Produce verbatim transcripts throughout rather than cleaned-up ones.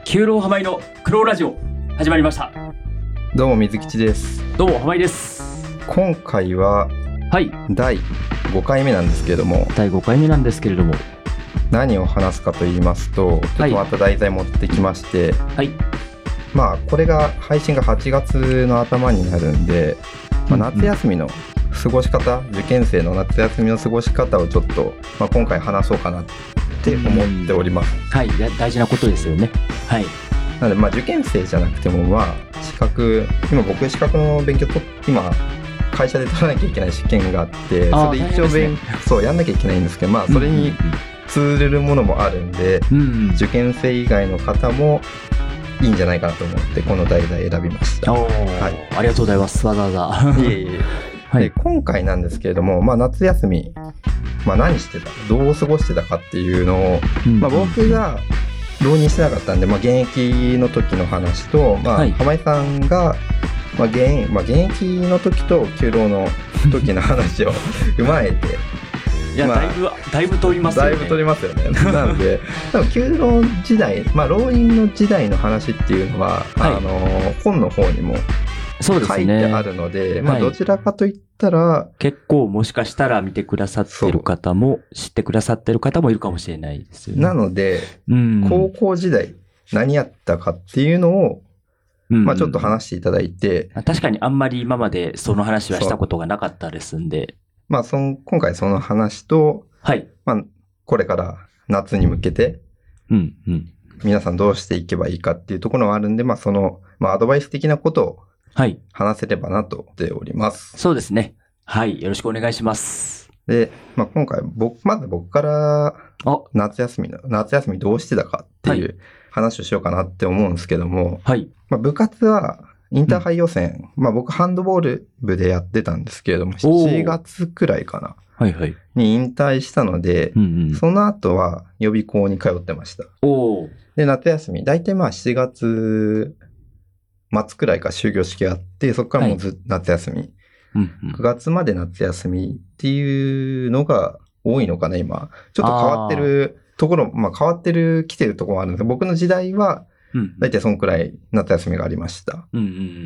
九郎浜井の苦労ラジオ始まりました。 どうも水吉です。 どうも浜井です。 今回ははいだいごかいめなんですけれども、 だいごかいめなんですけれども何を話すかと言いますと、ちょっとまた題材持ってきまして、 はい、まあこれが配信がはちがつの頭になるんで、まあ、夏休みの過ごし方、うんうん、受験生の夏休みの過ごし方をちょっと、まあ、今回話そうかなって思っております。 はい、大事なことですよね。はい。 なので、まあ、受験生じゃなくても、まあ、資格、今僕資格の勉強と今会社で取らなきゃいけない試験があって、それで一応勉、ね、そうやんなきゃいけないんですけど、まあそれに通ずるものもあるんで、うんうん、受験生以外の方もいいんじゃないかなと思ってこの題材選びました。 おー、はい、ありがとうございます。わざわざ。いえいえ。 はい、で今回なんですけれども、まあ、夏休み、まあ、何してた、どう過ごしてたかっていうのを、うんうん、まあ、僕が浪人してなかったんで、まあ、現役の時の話と、まあはい、浜井さんが、まあ 現, まあ、現役の時と休労の時の話を踏まえていや、まあ、だいぶだいぶ取りますよね。 だいぶ取りますよね。なんで多分休労時代、まあ、浪人の時代の話っていうのは、はい、あの本の方にも書いてあるの で, で、ね、まあ、どちらかといったら、はい、 結構もしかしたら見てくださってる方も知ってくださってる方もいるかもしれないですよね。 なので、うん、高校時代何やったかっていうのを、まあ、ちょっと話していただいて、 うん、確かにあんまり今までその話はしたことがなかったですんで、 まあ、その今回その話と、 はい、 まあ、これから夏に向けて、 うんうん、 皆さんどうしていけばいいかっていうところがあるんで、まあ、その、まあ、アドバイス的なことを話せればなと思っております。 はい、そうですね。はい、よろしくお願いします。 で、まあ、今回僕、まず僕から夏休みの、夏休みどうしてたかっていう話をしようかなって思うんですけども、 はい、 まあ、部活はインターハイ予選、うん、まあ僕ハンドボール部でやってたんですけれども、しちがつくらいかな。 はいはい。 に引退したので、うんうん、その後は予備校に通ってました。 おで、夏休み、だいたいまあしちがつ末くらいから終業式があって、そこからもうず、はい、夏休み、うんうん。くがつまで夏休みっていうのが多いのかな、今。ちょっと変わってるところ、まあ変わってる、来てるところもあるんですけど、僕の時代は、だいたいそのくらい夏休みがありました。うんうんうん、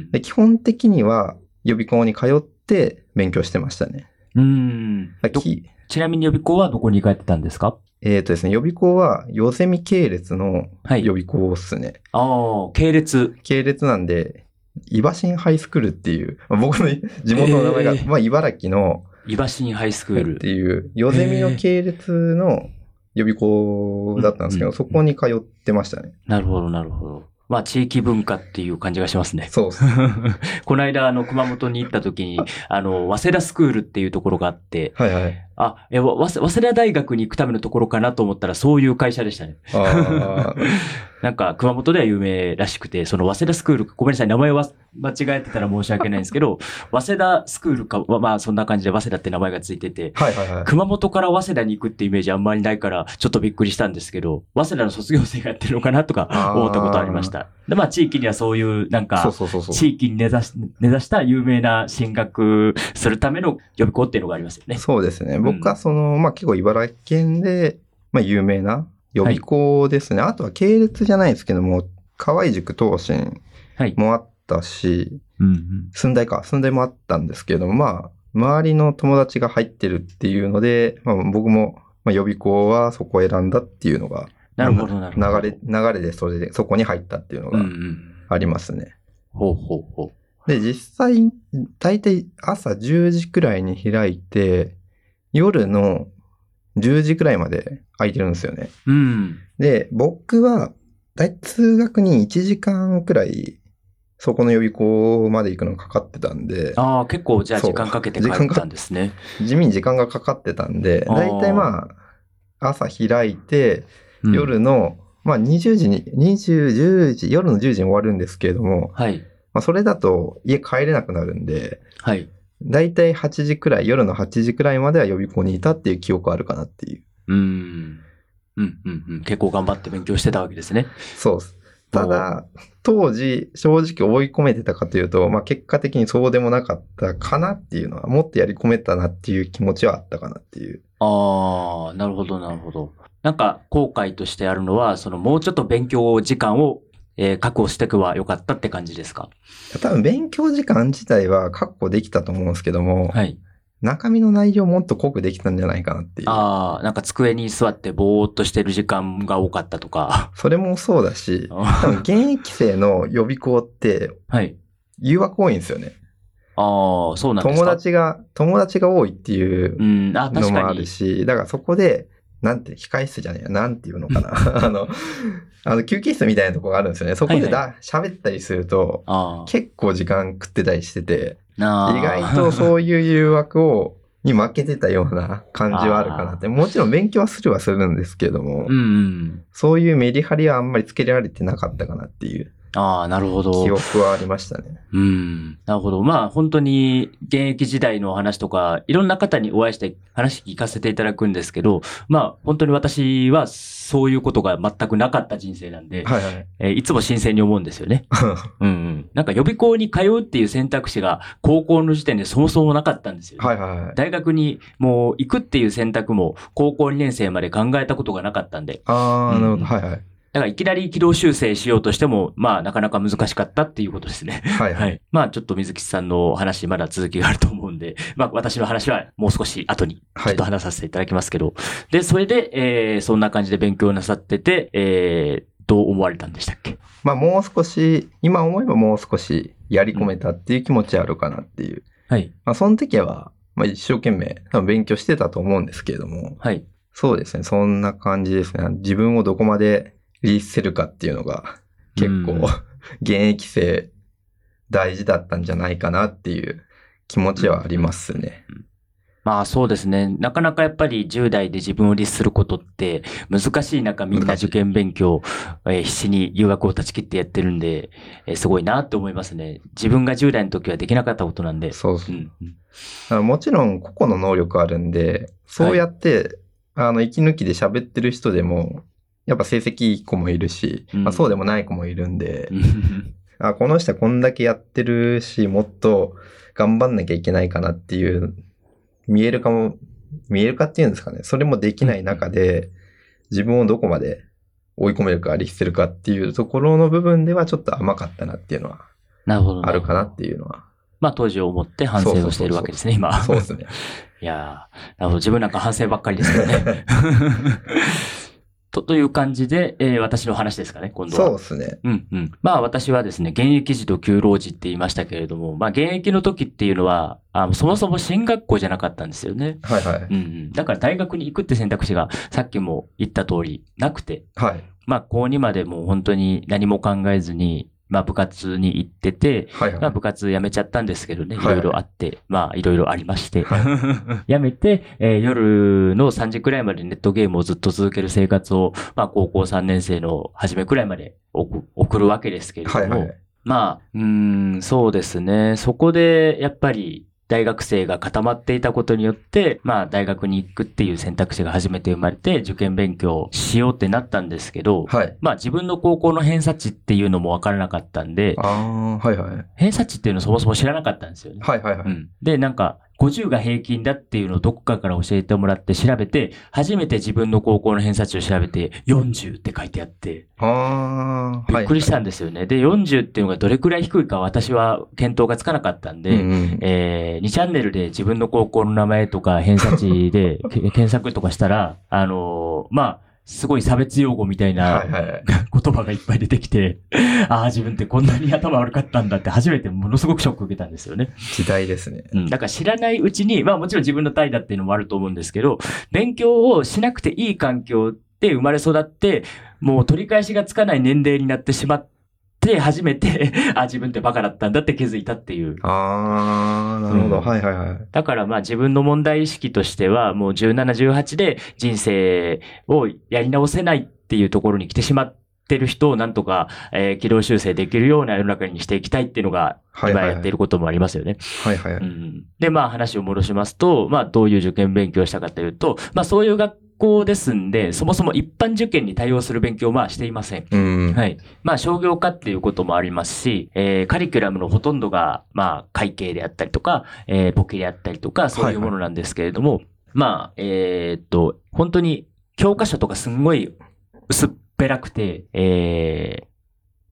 で基本的には予備校に通って勉強してましたね。 うん。ちなみに予備校はどこに通ってたんですか？ えっとですね、予備校は、よゼミ系列の予備校っすね。 はい、ああ、系列。 系列なんで、岩新ハイスクールっていう、まあ、僕の地元の名前が、えー、まあ、茨城の岩新ハイスクールっていう、よゼミの系列の予備校だったんですけど、うんうんうん、そこに通ってましたね。 なるほど、なるほど。まあ、地域文化っていう感じがしますね。 そうです。 この間、あの、熊本に行った時に、あの、早稲田スクールっていうところがあって、 はいはい。 あ、え、早稲田大学に行くためのところかなと思ったら、そういう会社でしたね。あなんか、熊本では有名らしくて、その早稲田スクール、ごめんなさい、名前は間違えてたら申し訳ないんですけど、早稲田スクールか、まあ、そんな感じで早稲田って名前がついてて、 はいはいはい、 熊本から早稲田に行くってイメージあんまりないから、ちょっとびっくりしたんですけど、早稲田の卒業生がやってるのかなとか思ったことありました。で、まあ、地域にはそういう、なんか、地域に根ざし、根ざした有名な進学するための予備校っていうのがありますよね。 そうですね。僕はその、まあ、結構茨城県で、まあ、有名な予備校ですね。はい、あとは系列じゃないですけども、河合塾東進もあったし、はいうんうん、寸大か、寸大もあったんですけども、まあ、周りの友達が入ってるっていうので、まあ、僕も、まあ、予備校はそこを選んだっていうのが、 なるほどなるほど。 流れ、流れでそれで、そこに入ったっていうのがありますね。 うんうん、ほうほうほう。 で、実際、大体朝じゅうじくらいに開いて、夜のじゅうじくらいまで空いてるんですよね。 うん、 で、僕は、だい通学にいちじかんくらい、そこの予備校まで行くのがかかってたんで。 ああ、結構じゃあ時間かけて帰ったんですね。 地味に時間がかかってたんで、だいたいまあ、朝開いて、夜の、うん、まあにじゅうじに、にじゅう、じゅうじ、夜のじゅうじに終わるんですけれども、 はい。 まあそれだと家帰れなくなるんで、 はい。 だいたいはちじくらい、夜のはちじくらいまでは予備校にいたっていう記憶あるかなっていう。 うーん。うんうんうん。結構頑張って勉強してたわけですね。 そうです。ただ、当時、正直追い込めてたかというと、まあ結果的にそうでもなかったかなっていうのは、もっとやり込めたなっていう気持ちはあったかなっていう。 ああ、なるほどなるほど。なんか後悔としてあるのは、そのもうちょっと勉強時間をえー、確保していくは良かったって感じですか？ 多分勉強時間自体は確保できたと思うんですけども、 はい。 中身の内容もっと濃くできたんじゃないかなっていう。 ああ、なんか机に座ってぼーっとしてる時間が多かったとか。 それもそうだし、多分現役生の予備校って、はい。誘惑多いんですよね。 ああ、そうなんですか。 友達が、友達が多いっていうのもあるし、だからそこで、なんて、控室じゃねえや、なんていうのかな。あの、あの、休憩室みたいなとこがあるんですよね。そこでだ、喋、はいはい、ったりすると、結構時間食ってたりしてて、意外とそういう誘惑を、に負けてたような感じはあるかなって。もちろん勉強はするはするんですけども、うんうん、そういうメリハリはあんまりつけられてなかったかなっていう。 ああ、なるほど。 記憶はありましたね。 うん。なるほど。まあ本当に現役時代の話とか、いろんな方にお会いして話聞かせていただくんですけど、まあ本当に私はそういうことが全くなかった人生なんで、はいはい。えー、いつも新鮮に思うんですよね。うんうん。なんか予備校に通うっていう選択肢が高校の時点でそもそもなかったんですよ、ね。はいはいはい。大学にもう行くっていう選択も高校にねん生まで考えたことがなかったんで。 ああ、なるほど。はいはい。 だからいきなり軌道修正しようとしても、まあなかなか難しかったっていうことですね。はい、はい、はい。まあちょっと水木さんの話まだ続きがあると思うんで、まあ私の話はもう少し後にちょっと話させていただきますけど、はい、で、それで、えー、そんな感じで勉強なさってて、えー、どう思われたんでしたっけ？ まあもう少し、今思えばもう少しやり込めたっていう気持ちあるかなっていう。うん、はい。まあその時は、まあ一生懸命多分勉強してたと思うんですけれども、はい。そうですね。そんな感じですね。自分をどこまでリリースせるかっていうのが結構、うん、現役生大事だったんじゃないかなっていう気持ちはありますね。 うんうん、まあそうですね。なかなかやっぱりじゅう代で自分を律することって難しい中みんな受験勉強、えー、必死に誘惑を断ち切ってやってるんで、えー、すごいなって思いますね。自分がじゅう代の時はできなかったことなんで。 そうそう。うんうん、もちろん個々の能力あるんで、そうやって、はい、あの息抜きで喋ってる人でも、やっぱ成績いい子もいるし、うん、まあ、そうでもない子もいるんで、あ、この人はこんだけやってるし、もっと頑張んなきゃいけないかなっていう、見えるかも、見えるかっていうんですかね。それもできない中で、自分をどこまで追い込めるか、律せるかっていうところの部分ではちょっと甘かったなっていうのは、あるかなっていうのは。 まあ当時を思って反省をしているわけですね、今。 そうですね。 いやー、なるほど。自分なんか反省ばっかりですけどね。と, という感じで、えー、私の話ですかね、今度は。 そうですね。 うんうん。まあ私はですね、現役児と休老児って言いましたけれども、まあ現役の時っていうのは、あそもそも進学校じゃなかったんですよね。はいはい。うんうん。だから大学に行くって選択肢がさっきも言った通りなくて。はい。まあ高にまでもう本当に何も考えずに、まあ部活に行ってて、はいはい、まあ部活辞めちゃったんですけどね、いろいろあって、はいはい、まあいろいろありまして、はい、辞めて、えー、夜のさんじくらいまでネットゲームをずっと続ける生活を、まあ高校さんねん生の初めくらいまで送るわけですけれども、はいはい、まあ、うーん、そうですね、そこでやっぱり、大学生が固まっていたことによって、まあ大学に行くっていう選択肢が初めて生まれて受験勉強しようってなったんですけど、はい、まあ自分の高校の偏差値っていうのもわからなかったんで、あはいはい、偏差値っていうのをそもそも知らなかったんですよね。はいはいはい。うん、で、なんかごじゅうが平均だっていうのをどこかから教えてもらって調べて、初めて自分の高校の偏差値を調べてよんじゅうって書いてあって、あびっくりしたんですよね。はいはい、で、よんじゅうっていうのがどれくらい低いか私は見当がつかなかったんで、うんうん、えー、にチャンネルで自分の高校の名前とか偏差値で検索とかしたら、あのー、まあ、すごい差別用語みたいな言葉がいっぱい出てきて、ああ、自分ってこんなに頭悪かったんだって初めてものすごくショック受けたんですよね。 時代ですね。 うん。だから知らないうちに、まあもちろん自分の代だっていうのもあると思うんですけど、勉強をしなくていい環境で生まれ育って、もう取り返しがつかない年齢になってしまって、で、初めて、あ、自分ってバカだったんだって気づいたっていう。 ああ、なるほど、うん。はいはいはい。 だからまあ自分の問題意識としては、もうじゅうなな、じゅうはちで人生をやり直せないっていうところに来てしまってる人をなんとか、えー、軌道修正できるような世の中にしていきたいっていうのが、今やっていることもありますよね。 はいはいはい。うん、 で、まあ話を戻しますと、まあどういう受験勉強をしたかというと、まあそういう学校ですんで、そもそも一般受験に対応する勉強はまあしていません。うん、はい。まあ商業科っていうこともありますし、えー、カリキュラムのほとんどが、まあ会計であったりとか、えー、簿記であったりとか、そういうものなんですけれども、はいはい、まあ、えー、っと、本当に教科書とかすんごい薄っぺらくて、えー、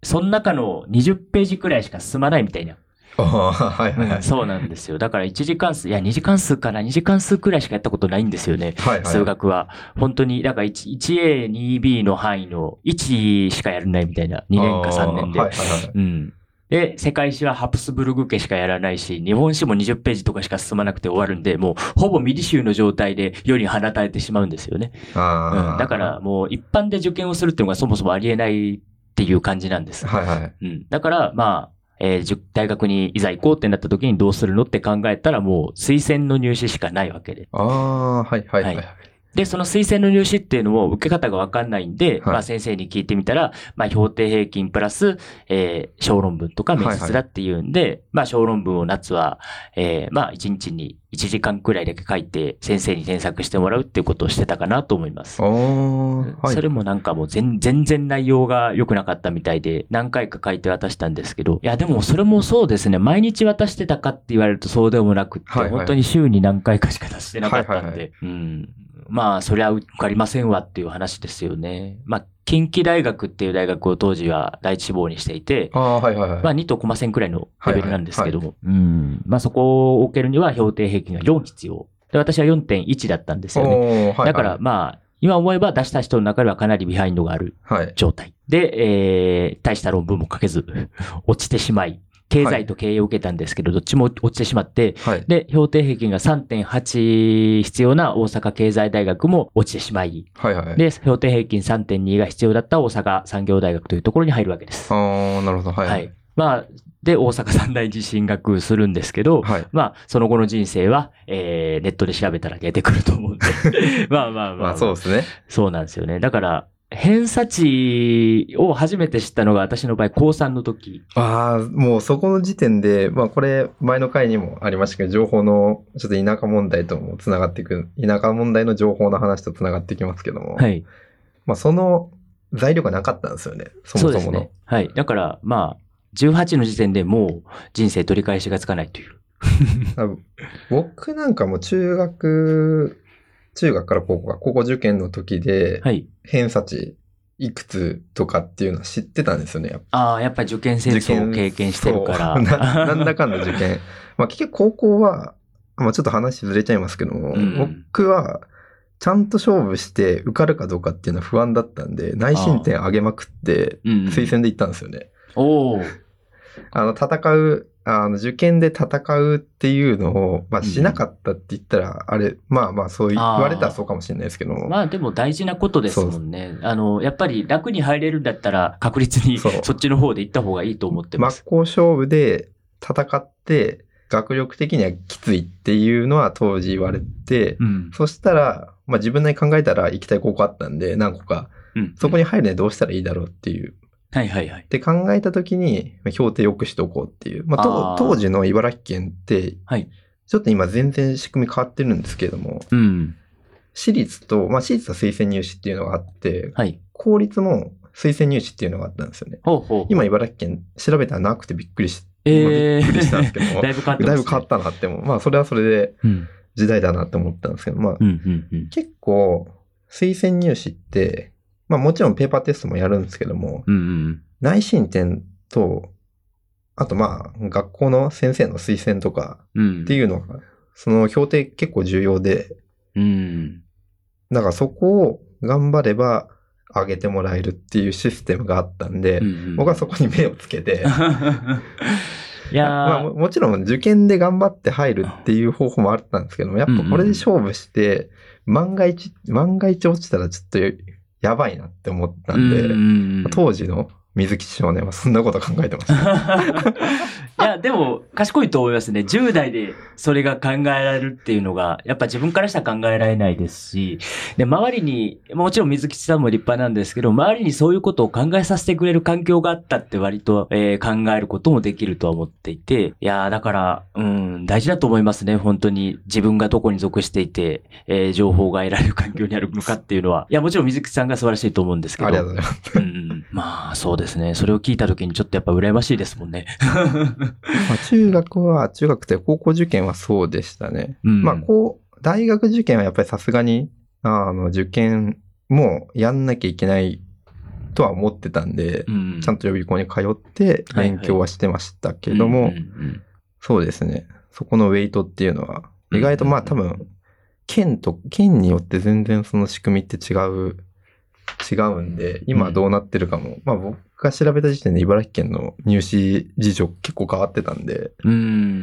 その中のにじゅっページくらいしか進まないみたいな。 ああ、はいはいはい、 うん。そうなんですよ。だからいちじかん数、いやにじかん数かな、にじかん数くらいしかやったことないんですよね。はいはい、数学は。本当に、だから いちエー、にビー の範囲のいちしかやらないみたいな。にねんかさんねんで。はいはいはい、うん。で、世界史はハプスブルグ家しかやらないし、日本史もにじゅっページとかしか進まなくて終わるんで、もうほぼミリ集の状態で世に放たれてしまうんですよね。あうん、だからもう一般で受験をするっていうのがそもそもありえないっていう感じなんです。はいはい。うん、だからまあ、えー、大学にいざ行こうってなった時にどうするのって考えたらもう推薦の入試しかないわけで。 ああ、はいはいはい。はい、 で、その推薦の入試っていうのも受け方がわかんないんで、はい、まあ先生に聞いてみたら、まあ標定平均プラス、えー、小論文とか面接だっていうんで、はいはい、まあ小論文を夏は、えー、まあいちにちにいちじかんくらいだけ書いて先生に添削してもらうっていうことをしてたかなと思います。はい、それもなんかもう全然内容が良くなかったみたいで何回か書いて渡したんですけど、いやでもそれもそうですね、毎日渡してたかって言われるとそうでもなくって、はいはい、本当に週に何回かしか出してなかったんで、はいはいはい、うんまあ、そりゃ受かりませんわっていう話ですよね。まあ、近畿大学っていう大学を当時は第一志望にしていて、あはいはいはい、まあにとコマ線くらいのレベルなんですけども、はいはいはい、うんまあそこを受けるには標定平均がよん必要。で、私は よんてんいち だったんですよね。はいはい、だからまあ、今思えば出した人の中ではかなりビハインドがある状態。はい、で、えー、大した論文も書けず、落ちてしまい、経済と経営を受けたんですけど、どっちも落ちてしまって、はい、で、標定平均が さんてんはち 必要な大阪経済大学も落ちてしまい、はいはい、で、標定平均 さんてんに が必要だった大阪産業大学というところに入るわけです。 ああ、なるほど、はい。はい。 まあ、で、大阪三大に進学するんですけど、はい、まあ、その後の人生は、えー、ネットで調べたら出てくると思うんで。まあまあまあ、まあ。 まあそうですね。 そうなんですよね。だから、偏差値を初めて知ったのが私の場合、高さんの時。 ああ、もうそこの時点で、まあこれ前の回にもありましたけど、情報のちょっと田舎問題ともつながっていく、田舎問題の情報の話とつながってきますけども、はい。まあその材料がなかったんですよね、そもそもの。そうですね。 はい。だからまあ、じゅうはちの時点でもう人生取り返しがつかないという。 僕なんかも中学、中学から高校が高校受験の時で、はい、偏差値いくつとかっていうのは知ってたんですよね。 ああ、やっぱり受験戦争を経験してるから。 な, なんだかんだ受験。まあ結局高校は、まあちょっと話ずれちゃいますけども、うん、僕はちゃんと勝負して受かるかどうかっていうのは不安だったんで、内申点上げまくって推薦で行ったんですよね。うんうん、おー。あの、戦う、あの、受験で戦うっていうのを、まあ、しなかったって言ったら、あれ、うん、まあまあ、そう言われたらそうかもしれないですけども。 まあ、でも大事なことですもんね。あの、やっぱり楽に入れるんだったら、確実にそっちの方で行った方がいいと思ってます。 真っ向勝負で戦って、学力的にはきついっていうのは当時言われて、うん、そしたら、まあ自分なりに考えたら行きたい高校あったんで、何個か、うん、そこに入るにはどうしたらいいだろうっていう。 はいはいはい。 って考えたときに、標定よくしておこうっていう。まあ、あ当時の茨城県って、はい、ちょっと今全然仕組み変わってるんですけれども、うん、私立と、まあ、私立は推薦入試っていうのがあって、はい、公立も推薦入試っていうのがあったんですよね。ほうほうほう今茨城県調べたらなくてびっくりし、えー、びっくりしたんですけども、だいぶ変わってますね。だいぶ変わったなっても、まあそれはそれで時代だなって思ったんですけど、まあ、うんうんうん、結構推薦入試って、まあもちろんペーパーテストもやるんですけども、うんうん、内申点と、あとまあ学校の先生の推薦とかっていうのが、うん、その評定結構重要で、うん、だからそこを頑張れば上げてもらえるっていうシステムがあったんで、うんうん、僕はそこに目をつけて、いやまあ、もちろん受験で頑張って入るっていう方法もあったんですけども、やっぱこれで勝負して、万が一、万が一落ちたらちょっとやばいなって思ったんで、うん、当時の水木少年はそんなこと考えてました。 いや、でも、賢いと思いますね。じゅう代でそれが考えられるっていうのが、やっぱ自分からしたら考えられないですし、で、周りに、もちろん水木さんも立派なんですけど、周りにそういうことを考えさせてくれる環境があったって割と、えー、考えることもできるとは思っていて、いや、だから、うん、大事だと思いますね。本当に自分がどこに属していて、えー、情報が得られる環境にあるのかっていうのは、いや、もちろん水木さんが素晴らしいと思うんですけど。 ありがとうございます。 うん、まあ、そうですね。それを聞いたときにちょっとやっぱ羨ましいですもんね。 まあ中学は、中学って高校受験はそうでしたね。うん、まあ、こう、大学受験はやっぱりさすがに、あの、受験もやんなきゃいけないとは思ってたんで、 うん、 ちゃんと予備校に通って勉強はしてましたけども、そうですね。そこのウェイトっていうのは、意外とまあ多分、県と、県によって全然その仕組みって違う、違うんで、今どうなってるかも、うん、まあ僕が調べた時点で茨城県の入試事情結構変わってたんで。 うん、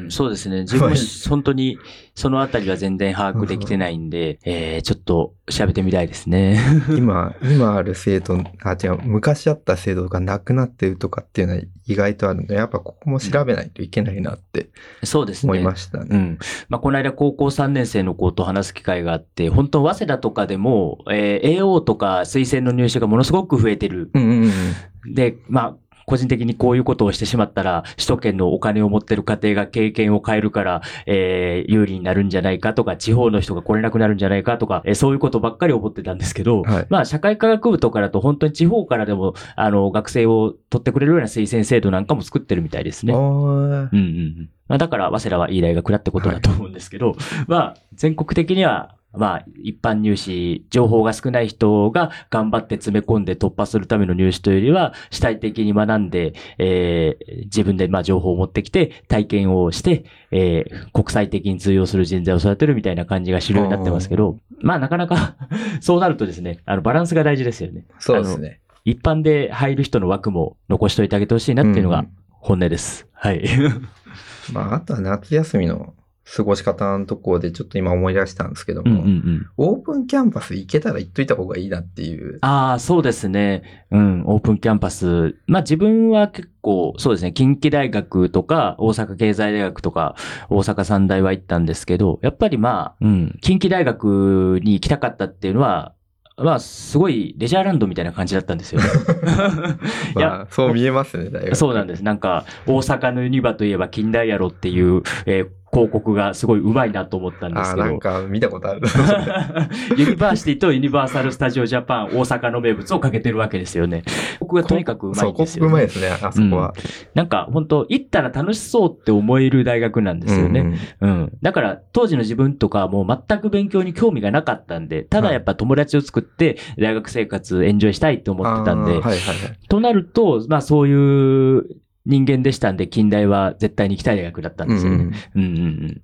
そうですね。自分も本当にそのあたりは全然把握できてないんで、えー、ちょっと調べてみたいですね。 今、今ある制度、あ、違う、昔あった制度がなくなってるとかっていうのは意外とあるんで、やっぱここも調べないといけないなって、うん、そうですね。思いましたね。 うん。まあ、この間高校さんねん生の子と話す機会があって、本当早稲田とかでも、えー、エーオー とか推薦の入試がものすごく増えてる。 うんうんうん、 で、まあ、個人的にこういうことをしてしまったら、首都圏のお金を持ってる家庭が経験を変えるから、えー、有利になるんじゃないかとか、地方の人が来れなくなるんじゃないかとか、えー、そういうことばっかり思ってたんですけど、はい、まあ、社会科学部とかだと本当に地方からでも、あの、学生を取ってくれるような推薦制度なんかも作ってるみたいですね。うんうんうん。まあ、だから、早稲田はいい大学だってことだと思うんですけど、はい、まあ、全国的には、まあ、一般入試、情報が少ない人が頑張って詰め込んで突破するための入試というよりは、主体的に学んで、えー、自分でまあ情報を持ってきて、体験をして、えー、国際的に通用する人材を育てるみたいな感じが主流になってますけど、まあなかなかそうなるとですね、あのバランスが大事ですよね。 そうですね。 一般で入る人の枠も残しといてあげてほしいなっていうのが本音です。うん、はい。 まあ、あとは夏休みの過ごし方のところでちょっと今思い出したんですけども、 うんうんうん、 オープンキャンパス行けたら行っといた方がいいなっていう。 ああ、そうですね。うん、オープンキャンパス。まあ自分は結構、そうですね、近畿大学とか、大阪経済大学とか、大阪三大は行ったんですけど、やっぱりまあ、うん、近畿大学に行きたかったっていうのは、まあ、すごいレジャーランドみたいな感じだったんですよね。 いや、まあ、そう見えますね、大学。 そうなんです。なんか、大阪のユニバといえば近代やろっていう、えー広告がすごいうまいなと思ったんですけど。 あ、なんか見たことある。 ユニバーシティとユニバーサルスタジオジャパン大阪の名物をかけてるわけですよね。僕がとにかくうまいんですよ、ね。 そう、広告うまいですね、あそこは。 うん、なんか本当行ったら楽しそうって思える大学なんですよね。うん、うんうん。だから当時の自分とかもう全く勉強に興味がなかったんで、ただやっぱ友達を作って大学生活エンジョイしたいって思ってたんで。はいはいはい、となると、まあそういう人間でしたんで、近代は絶対に行きたい大学だったんですよね。うんうんうん、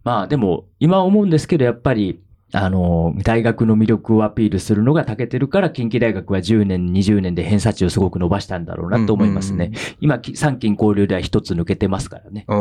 まあでも、今思うんですけど、やっぱり、あの、大学の魅力をアピールするのが長けてるから、近畿大学はじゅうねん、にじゅうねんで偏差値をすごく伸ばしたんだろうなと思いますね。うんうんうん、今、三近交流では一つ抜けてますからね。うん、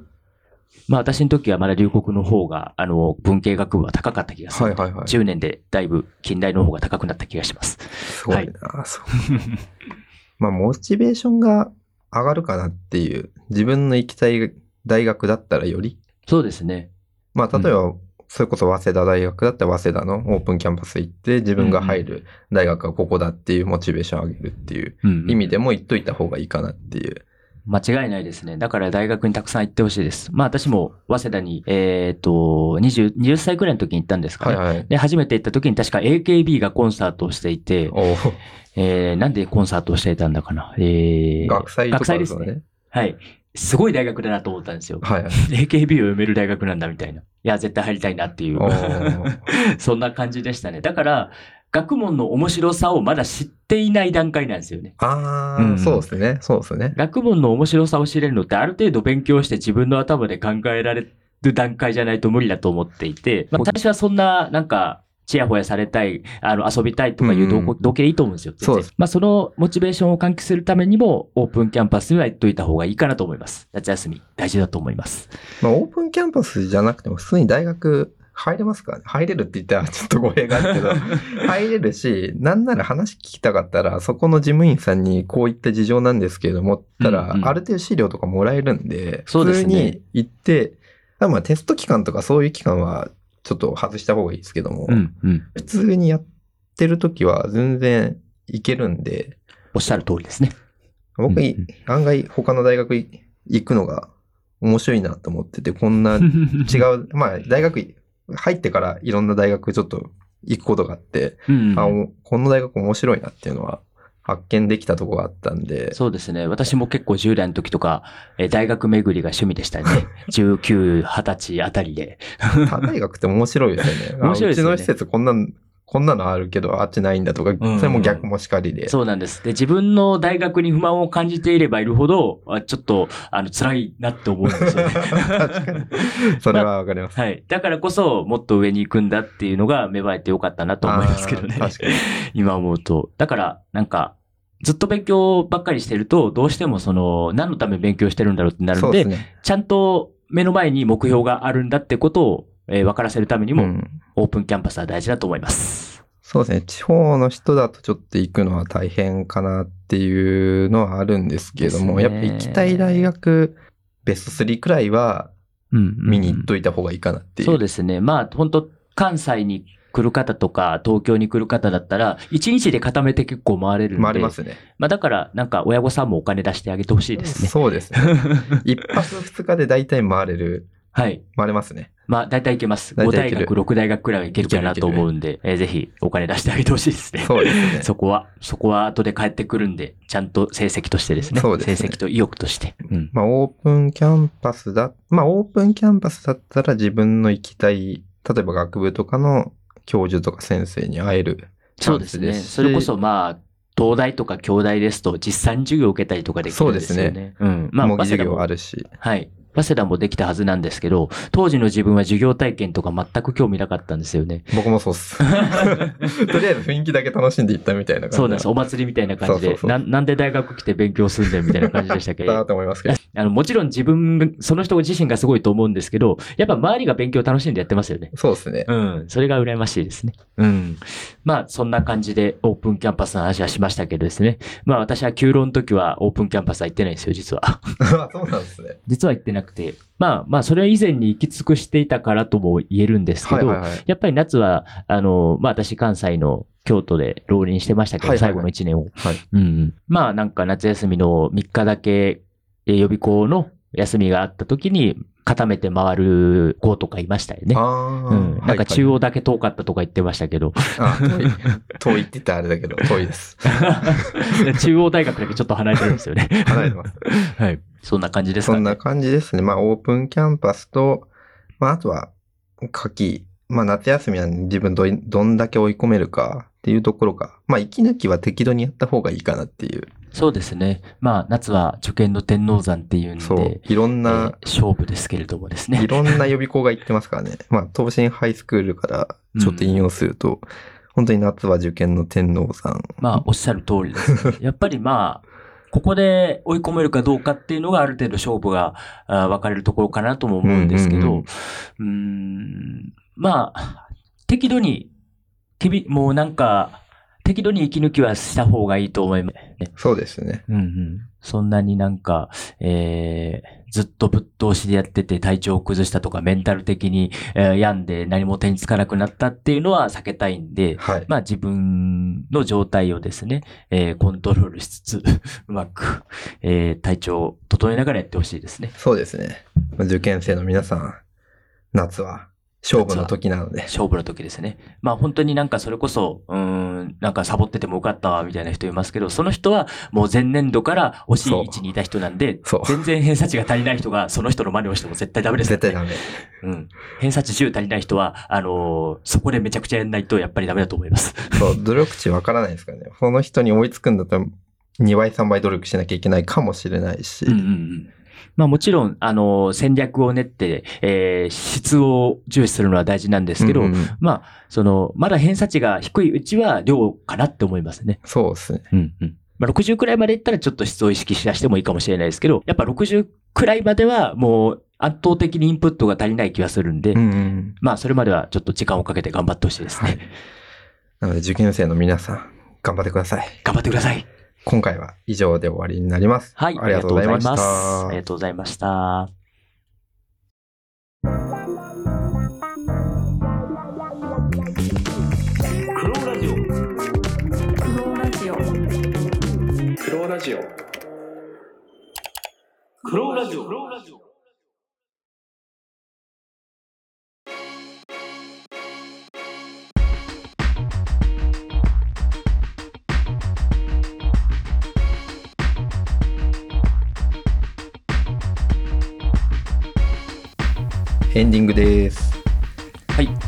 まあ私の時はまだ龍谷の方が、あの、文系学部は高かった気がする。はいはいはい。じゅうねんでだいぶ近代の方が高くなった気がします。 すごいな、はい、そう。まあ、モチベーションが上がるかなっていう、自分の行きたい大学だったらより。 そうですね。 まあ、例えば、うん、それこそ早稲田大学だったら早稲田のオープンキャンパス行って、自分が入る大学はここだっていうモチベーションを上げるっていう意味でも行っといた方がいいかなっていう。 間違いないですね。だから大学にたくさん行ってほしいです。まあ私も早稲田に、えっと、にじゅう、にじゅっさいくらいの時に行ったんですかね。はいはい、で、初めて行った時に確か エーケービー がコンサートをしていて、えー、なんでコンサートをしていたんだかな。えー、 学祭とかですね。 学祭ですね。はい。すごい大学だなと思ったんですよ。はいはい、エーケービー を読める大学なんだみたいな。いや、絶対入りたいなっていう。そんな感じでしたね。だから、学問の面白さをまだ知っていない段階なんですよね。 ああ、うん、そうですね。そうですね。 学問の面白さを知れるのってある程度勉強して自分の頭で考えられる段階じゃないと無理だと思っていて、まあ、私はそんな、なんか、ちやほやされたい、あの、遊びたいとかいう動機、うん、いいと思うんですよ。そうです。まあ、そのモチベーションを喚起するためにも、オープンキャンパスには行っといた方がいいかなと思います。夏休み、大事だと思います。 まあ、オープンキャンパスじゃなくても、普通に大学、入れますかね？入れるって言ったらちょっと語弊があるけど、入れるし、なんなら話聞きたかったら、そこの事務員さんにこういった事情なんですけれども、ったら、ある程度資料とかもらえるんで、普通に行って、まあテスト期間とかそういう期間はちょっと外した方がいいですけども、うんうん、普通にやってるときは全然いけるんで。 おっしゃる通りですね。 僕、うんうん、案外他の大学行くのが面白いなと思ってて、こんな違う、まあ大学入ってからいろんな大学ちょっと行くことがあって、うんうん、あ、この大学面白いなっていうのは発見できたところがあったんで。 そうですね。私も結構じゅう代の時とか、え大学巡りが趣味でしたね。じゅうきゅう、はたちあたりで。 他大学って面白いですよね。面白いですよね。うちの施設こんな、 こんなのあるけどあっちないんだとか、 うんうん、 それも逆もしかりで。 そうなんです。で、自分の大学に不満を感じていればいるほど、ちょっと、あの、辛いなって思うんですよね。 確かに。それはわかります、 まあ。はい。だからこそ、もっと上に行くんだっていうのが芽生えてよかったなと思いますけどね。 確かに。 今思うと。だから、なんか、ずっと勉強ばっかりしてると、どうしてもその、何のために勉強してるんだろうってなるので、ね、ちゃんと目の前に目標があるんだってことを、えー、分からせるためにも、うん、オープンキャンパスは大事だと思います。 そうですね。地方の人だとちょっと行くのは大変かなっていうのはあるんですけれども、やっぱ行きたい大学、ベストスリーくらいは、見に行っといた方がいいかなっていう。 そうですね。まあ、本当関西に来る方とか、東京に来る方だったら、一日で固めて結構回れるんで。 回れますね。 まあだから、なんか親御さんもお金出してあげてほしいですね。 そうですね。一泊二日で大体回れる。 はい。 回れますね。 まあ大体いけます。ご大学、ろく大学くらいはいけるかなと思うんで、えー、ぜひお金出してあげてほしいですね。 そうですね。 そこは、そこは後で帰ってくるんで、ちゃんと成績としてですね。そうですね。成績と意欲として。 うん、まあオープンキャンパスだ、まあオープンキャンパスだったら自分の行きたい、例えば学部とかの教授とか先生に会えるチャンスです。そうですね。 それこそまあ、東大とか京大ですと実際に授業を受けたりとかできるんですよね。そうですね。うん。 まあ、模擬授業あるし。 はい。早稲田もできたはずなんですけど、当時の自分は授業体験とか全く興味なかったんですよね。 僕もそうっす。とりあえず雰囲気だけ楽しんでいったみたいな感じ。 そうなんです。お祭りみたいな感じで。そうそうそうな、なんで大学来て勉強すんねんみたいな感じでしたけど。 だと思いますけど。 あの、もちろん自分、その人自身がすごいと思うんですけど、やっぱ周りが勉強楽しんでやってますよね。 そうですね。 うん。それが羨ましいですね。うん。まあ、そんな感じでオープンキャンパスの話はしましたけどですね。まあ私は休論の時はオープンキャンパスは行ってないんですよ、実は。 そうなんですね。 実は行ってなくて。まあまあ、それは以前に行き尽くしていたからとも言えるんですけど、はいはいはい、やっぱり夏は、あの、まあ私関西の京都で浪人してましたけど、はいはいはい、最後のいちねんを、はいうん。まあなんか夏休みのみっかだけ予備校の休みがあった時に固めて回る子とかいましたよね。あうん、なんか中央だけ遠かったとか言ってましたけど。 ああ遠い。遠いって言ったらあれだけど、遠いです。 中央大学だけちょっと離れてるんですよね。 離れてます。 はい。そんな感じですかね。 そんな感じですね。まあオープンキャンパスと、まああとは、夏季、まあ夏休みは自分ど、どんだけ追い込めるかっていうところか。まあ息抜きは適度にやった方がいいかなっていう。 そうですね。まあ、夏は受験の天王山っていうんで、そう、 いろんな、えー、 勝負ですけれどもですね。 いろんな予備校が行ってますからね。まあ、東進ハイスクールからちょっと引用すると、うん、本当に夏は受験の天王山。 まあ、おっしゃる通りですね。やっぱりまあ、ここで追い込めるかどうかっていうのがある程度勝負が分かれるところかなとも思うんですけど、うんうんうん、うーんまあ、適度に、もうなんか、適度に息抜きはした方がいいと思いますね。 そうですね。 うんうん。そんなになんか、えー、ずっとぶっ通しでやってて体調を崩したとかメンタル的に、えー、病んで何も手につかなくなったっていうのは避けたいんで、はい、まあ自分の状態をですね、えー、コントロールしつつ、うまく、えー、体調を整えながらやってほしいですね。 そうですね。受験生の皆さん、夏は、勝負の時なので。 勝負の時ですね。まあ本当になんかそれこそ、うーん、なんかサボっててもよかったわ、みたいな人いますけど、その人はもう前年度から惜しい位置にいた人なんで、全然偏差値が足りない人がその人の真似をしても絶対ダメです、ね。 絶対ダメ。 うん。偏差値じゅう足りない人は、あのー、そこでめちゃくちゃやんないとやっぱりダメだと思います。 そう、努力値わからないですからね。その人に追いつくんだったらにばいさんばい努力しなきゃいけないかもしれないし。うんうんうんまあもちろん、あの、戦略を練って、えー、質を重視するのは大事なんですけど、うんうん、まあ、その、まだ偏差値が低いうちは量かなって思いますね。 そうですね。 うんうん。まあろくじゅうくらいまでいったらちょっと質を意識しだしてもいいかもしれないですけど、やっぱろくじゅうくらいまではもう圧倒的にインプットが足りない気がするんで、うんうん、まあそれまではちょっと時間をかけて頑張ってほしいですね。はい、 なので受験生の皆さん、頑張ってください。 頑張ってください。 今回は以上で終わりになります。 はい。ありがとうございました。ありがとうございました。クローラジオ。クローラジオ。クローラジオ。クローラジオ。クローラジオ。 エンディングです。 はい。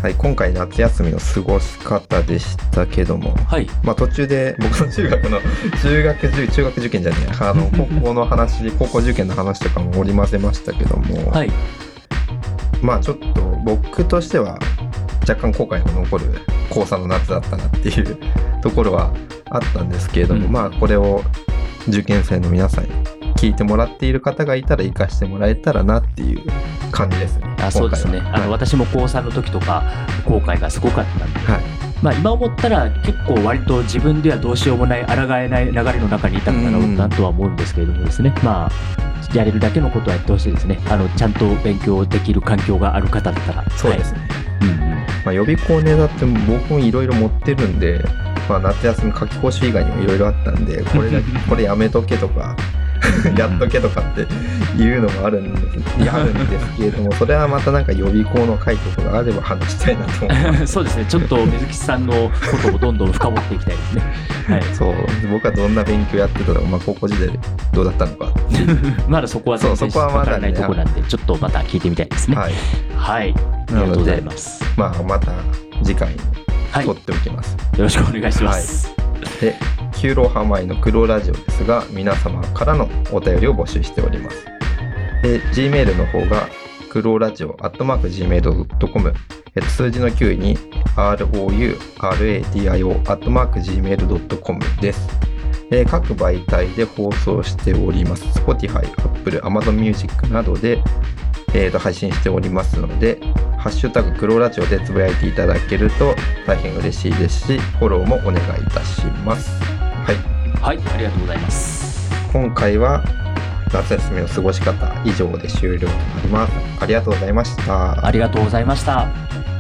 はい、今回夏休みの過ごし方でしたけども、 はい、 まあ、途中で僕の中学の中学受中学受験じゃねえあの高校の話高校受験の話とかも織り交ぜましたけども、 はい、 まあちょっと僕としては若干後悔の残る高さんの夏だったなっていうところはあったんですけれども、うん、まあこれを受験生の皆さんに聞いてもらっている方がいたら活かしてもらえたらなっていう感じですね。 あ、そうですね。あの、はい、私も高さんの時とか後悔がすごかったんで、はい、まあ、今思ったら結構割と自分ではどうしようもない抗えない流れの中にいたんだろうなとは思うんですけれどもですね、まあやれるだけのことはやってほしいですね。あのちゃんと勉強できる環境がある方だったら。 そうですね、はい、うんうん、まあ、予備校ネタって僕もいろいろ持ってるんで、まあ、夏休み夏期講習以外にもいろいろあったんで、これだこれやめとけとかやっとけとかっていうのもあるんですあるんですけれども、それはまたなんか予備校の会とかがあれば話したいなと思いますそうですね、ちょっと水木さんのことをどんどん深掘っていきたいですね、はい、 そう僕はどんな勉強やってたのか、まあ、高校時代どうだったのかまだそこは全然分からないところなんで、ちょっとまた聞いてみたいですね。はい、はい、ありがとうございます。 まあ、また次回に撮っておきます、 はい、よろしくお願いします、 はい、で九郎浜井の黒ラジオですが、皆様からのお便りを募集しております。で Gmail の方が黒ラジオアットマーク ジーメールドットコム、数字のきゅうに ロウラディオ アットマーク ジーメールドットコム です。えー、各媒体で放送しております。 Spotify、Apple、Amazon Music などで、えー、と配信しておりますので、ハッシュタグ黒ラジオでつぶやいていただけると大変嬉しいですし、フォローもお願いいたします。はい、 はい、ありがとうございます。 今回は夏休みの過ごし方以上で終了となります。ありがとうございました。 ありがとうございました。